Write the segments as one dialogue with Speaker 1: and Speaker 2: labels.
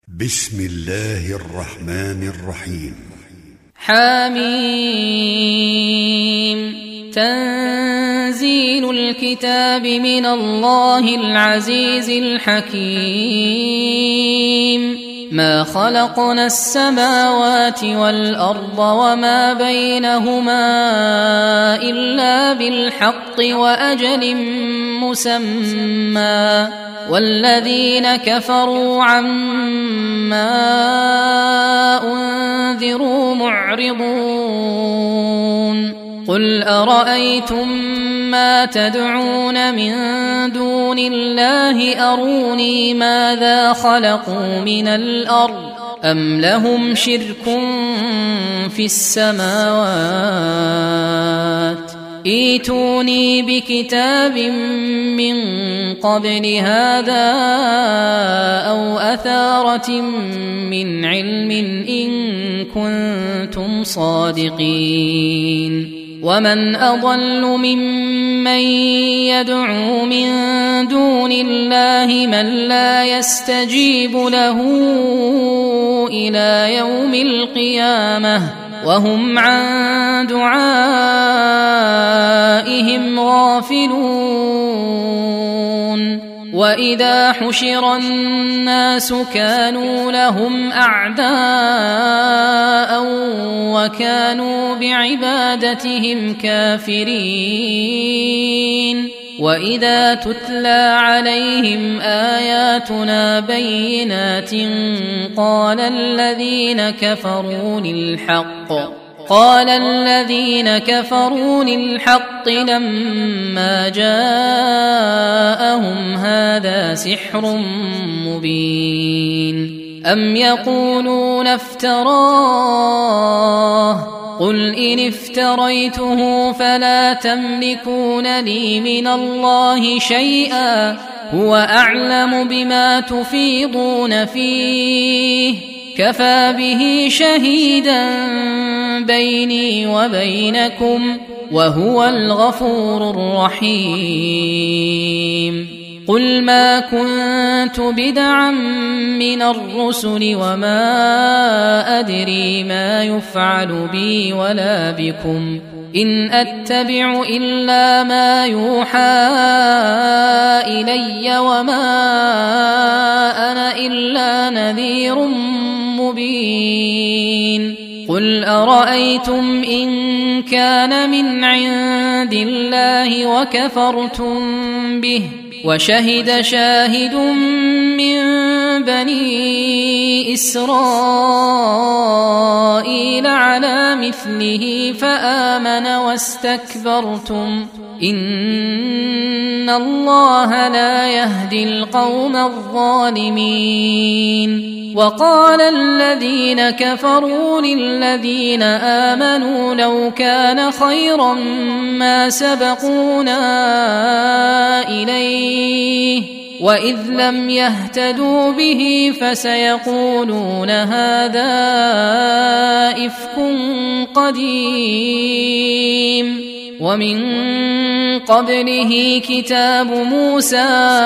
Speaker 1: بسم الله الرحمن الرحيم.
Speaker 2: حميم. تنزيل الكتاب من الله العزيز الحكيم. ما خلقنا السماوات والأرض وما بينهما إلا بالحق وأجل مسمى، والذين كفروا عما أنذروا معرضون. قل أرأيتم ما تدعون من دون الله أروني ماذا خلقوا من الأرض أم لهم شرك في السماوات ائتوني بكتاب من قبل هذا أو أثارة من علم إن كنتم صادقين. ومن أضل ممن يدعو من دون الله من لا يستجيب له إلى يوم القيامة وهم عن دعائهم غافلون. وإذا حشر الناس كانوا لهم أعداء وكانوا بعبادتهم كافرين. وإذا تتلى عليهم آياتنا بينات قال الذين كفروا للحق لما جاءهم هذا سحر مبين. أم يقولون افتراه قل إن افتريته فلا تملكون لي من الله شيئا هو أعلم بما تفيضون فيه كفى به شهيدا بيني وبينكم وهو الغفور الرحيم. قل ما كنت بدعا من الرسل وما أدري ما يفعل بي ولا بكم إن أتبع إلا ما يوحى إلي وما أنا إلا نذير مبين. قل أرأيتم إن كان من عند الله وكفرتم به وشهد شاهد من بني إسرائيل على مثله فآمن واستكبرتم إن الله لا يهدي القوم الظالمين. وقال الذين كفروا للذين آمنوا لو كان خيرا ما سبقونا إليه وإذ لم يهتدوا به فسيقولون هذا إفك قديم. ومن قبله كتاب موسى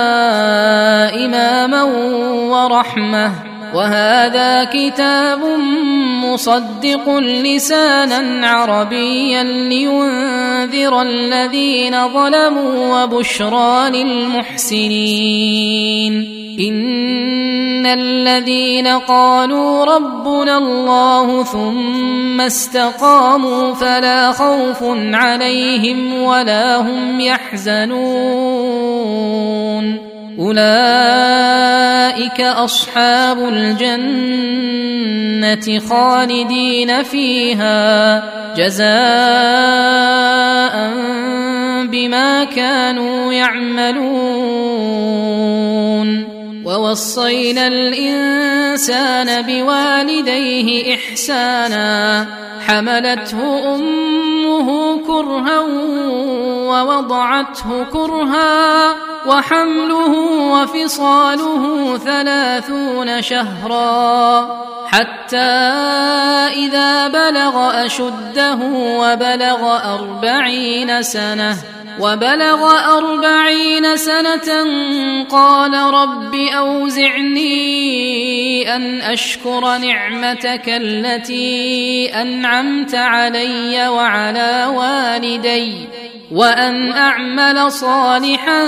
Speaker 2: إماما ورحمة وهذا كتاب مصدق لسانا عربيا لينذر الذين ظلموا وبشرى للمحسنين. إن الذين قالوا ربنا الله ثم استقاموا فلا خوف عليهم ولا هم يحزنون أولئك أصحاب الجنة خالدين فيها جزاء بما كانوا يعملون. ووصينا الإنسان بوالديه إحسانا حملته أمه كرها ووضعته كرها وحمله وفصاله 30 شهرا حتى إذا بلغ أشده وبلغ 40 سنة وبلغ 40 سنة قال رب أوزعني أن أشكر نعمتك التي أنعمت علي وعلى والدي وأن أعمل صالحا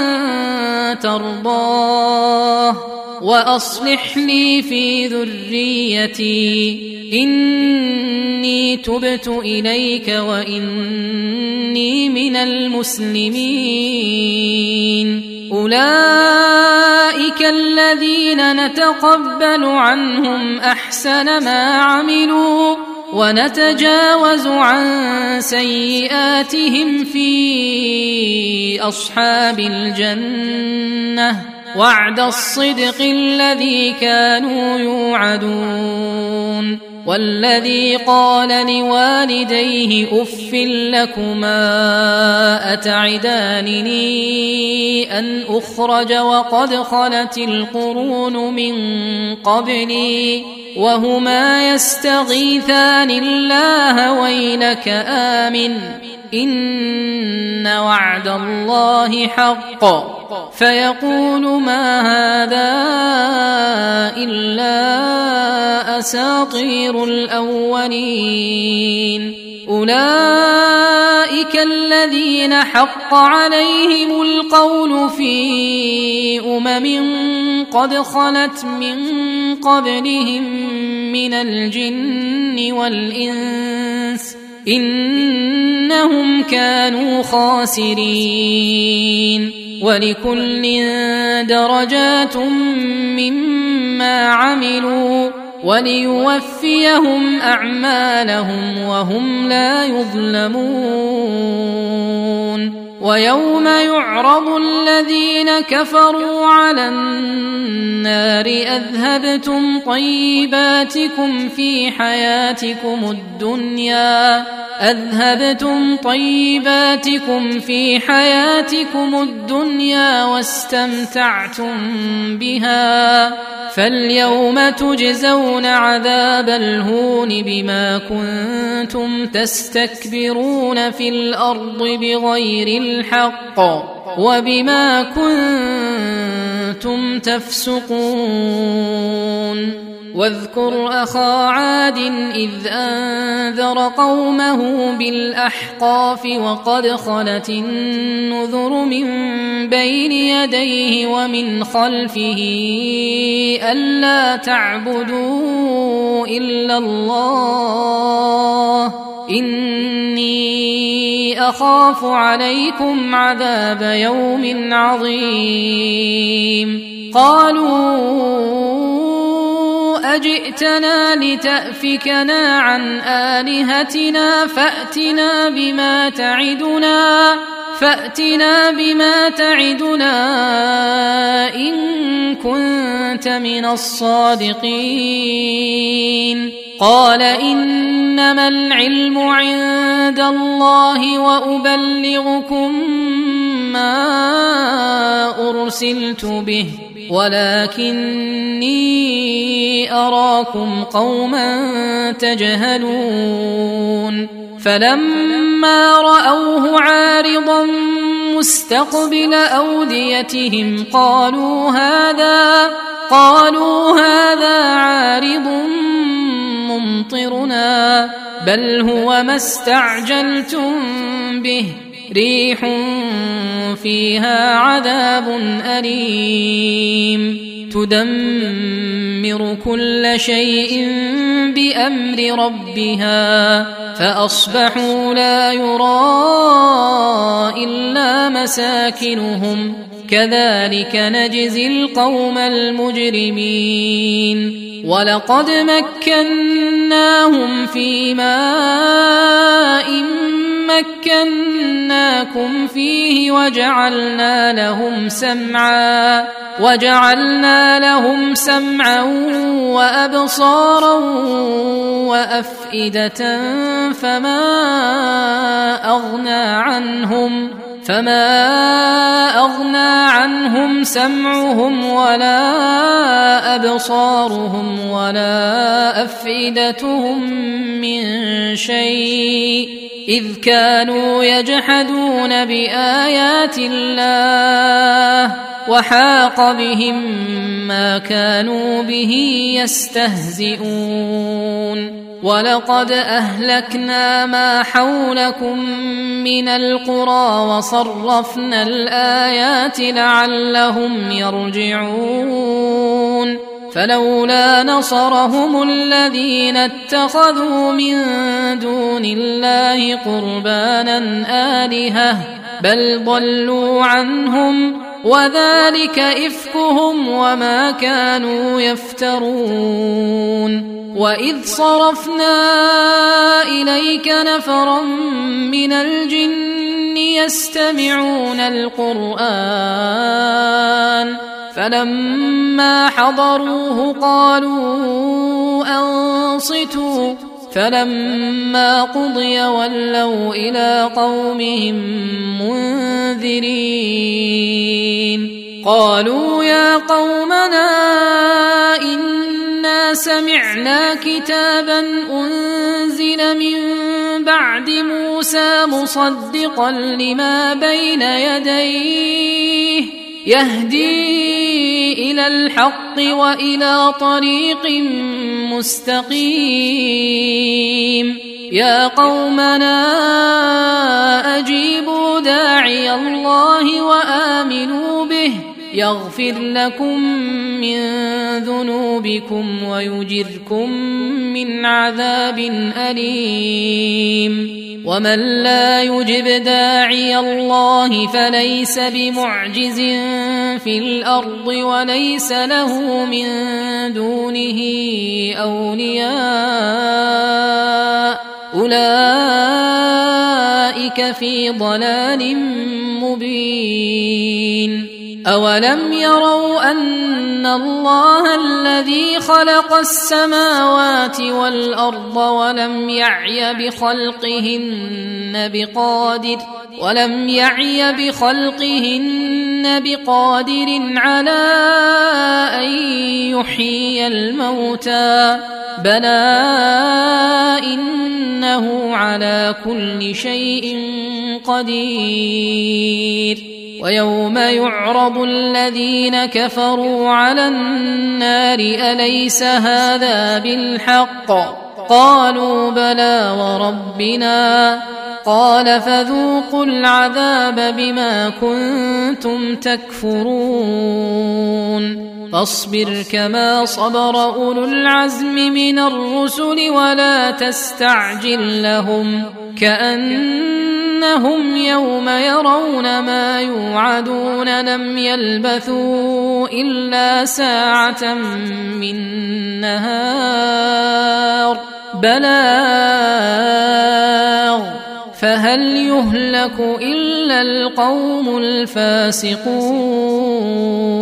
Speaker 2: ترضاه وأصلح لي في ذريتي إني تبت إليك وإني من المسلمين. أولئك الذين نتقبل عنهم أحسن ما عملوا ونتجاوز عن سيئاتهم في أصحاب الجنة وعد الصدق الذي كانوا يوعدون. والذي قال لوالديه أف لكما أتعدانني أن أخرج وقد خلت القرون من قبلي وهما يستغيثان الله ويلك آمن إن وعد الله حق فيقول ما هذا إلا أساطير الأولين. أولئك الذين حق عليهم القول في قد خلت من قبلهم من الجن والإنس إنهم كانوا خاسرين. ولكل درجات مما عملوا وليوفيهم أعمالهم وهم لا يظلمون. ويوم يعرض الذين كفروا على النار أذهبتم طيباتكم في حياتكم الدنيا واستمتعتم بها فاليوم تجزون عذاب الهون بما كنتم تستكبرون في الأرض بغير الحق وبما كنتم تفسقون. واذكر أخا عاد إذ أنذر قومه بالأحقاف وقد خلت النذر من بين يديه ومن خلفه ألا تعبدوا إلا الله إني أخاف عليكم عذاب يوم عظيم. قالوا أجئتنا لتأفكنا عن آلهتنا فأتنا بما تعدنا إن كنت من الصادقين. قال إنما العلم عند الله وأبلغكم ما أرسلت به ولكني أراكم قوما تجهلون. فلما رأوه عارضا مستقبل أوديتهم قالوا هذا عارض ممطرنا بل هو ما استعجلتم به ريح فيها عذاب أليم تدمر كل شيء بأمر ربها فأصبحوا لا يرى إلا مساكنهم كذلك نجزي القوم المجرمين. ولقد مكناهم في ماء مكناكم فيه وجعلنا لهم سمعا وأبصارا وأفئدة فما أغنى عنهم سمعهم ولا أبصارهم ولا أفئدتهم من شيء إذ كانوا يجحدون بآيات الله وحاق بهم ما كانوا به يستهزئون ولقد أهلكنا ما حولكم من القرى وصرفنا الآيات لعلهم يرجعون فلولا نصرهم الذين اتخذوا من دون الله قربانا آلهة بل ضلوا عنهم وذلك إفكهم وما كانوا يفترون وإذ صرفنا إليك نفرا من الجن يستمعون القرآن فلما حضروه قالوا أنصتوا فلما قضي ولوا إلى قومهم منذرين قالوا يا قومنا إنا سمعنا كتابا أنزل من بعد موسى مصدقا لما بين يديه يهدي إلى الحق وإلى طريق مستقيم يا قومنا أجيبوا داعي الله وآمنوا به يغفر لكم من ذنوبكم ويجركم من عذاب أليم ومن لا يجب داعي الله فليس بمعجز في الأرض وليس له من دونه أولياء أولئك في ضلال مبين أولم يروا أن الله الذي خلق السماوات والأرض ولم يعي بخلقهن بقادر على أن يحيي الموتى بلى إنه على كل شيء قدير ويوم يعرض الذين كفروا على النار أليس هذا بالحق قالوا بلى وربنا قال فذوقوا العذاب بما كنتم تكفرون فاصبر كما صبر أولو العزم من الرسل ولا تستعجل لهم كأنهم يوم يرون ما يوعدون لم يلبثوا إلا ساعة من نهار بلاغ فهل يهلك إلا القوم الفاسقون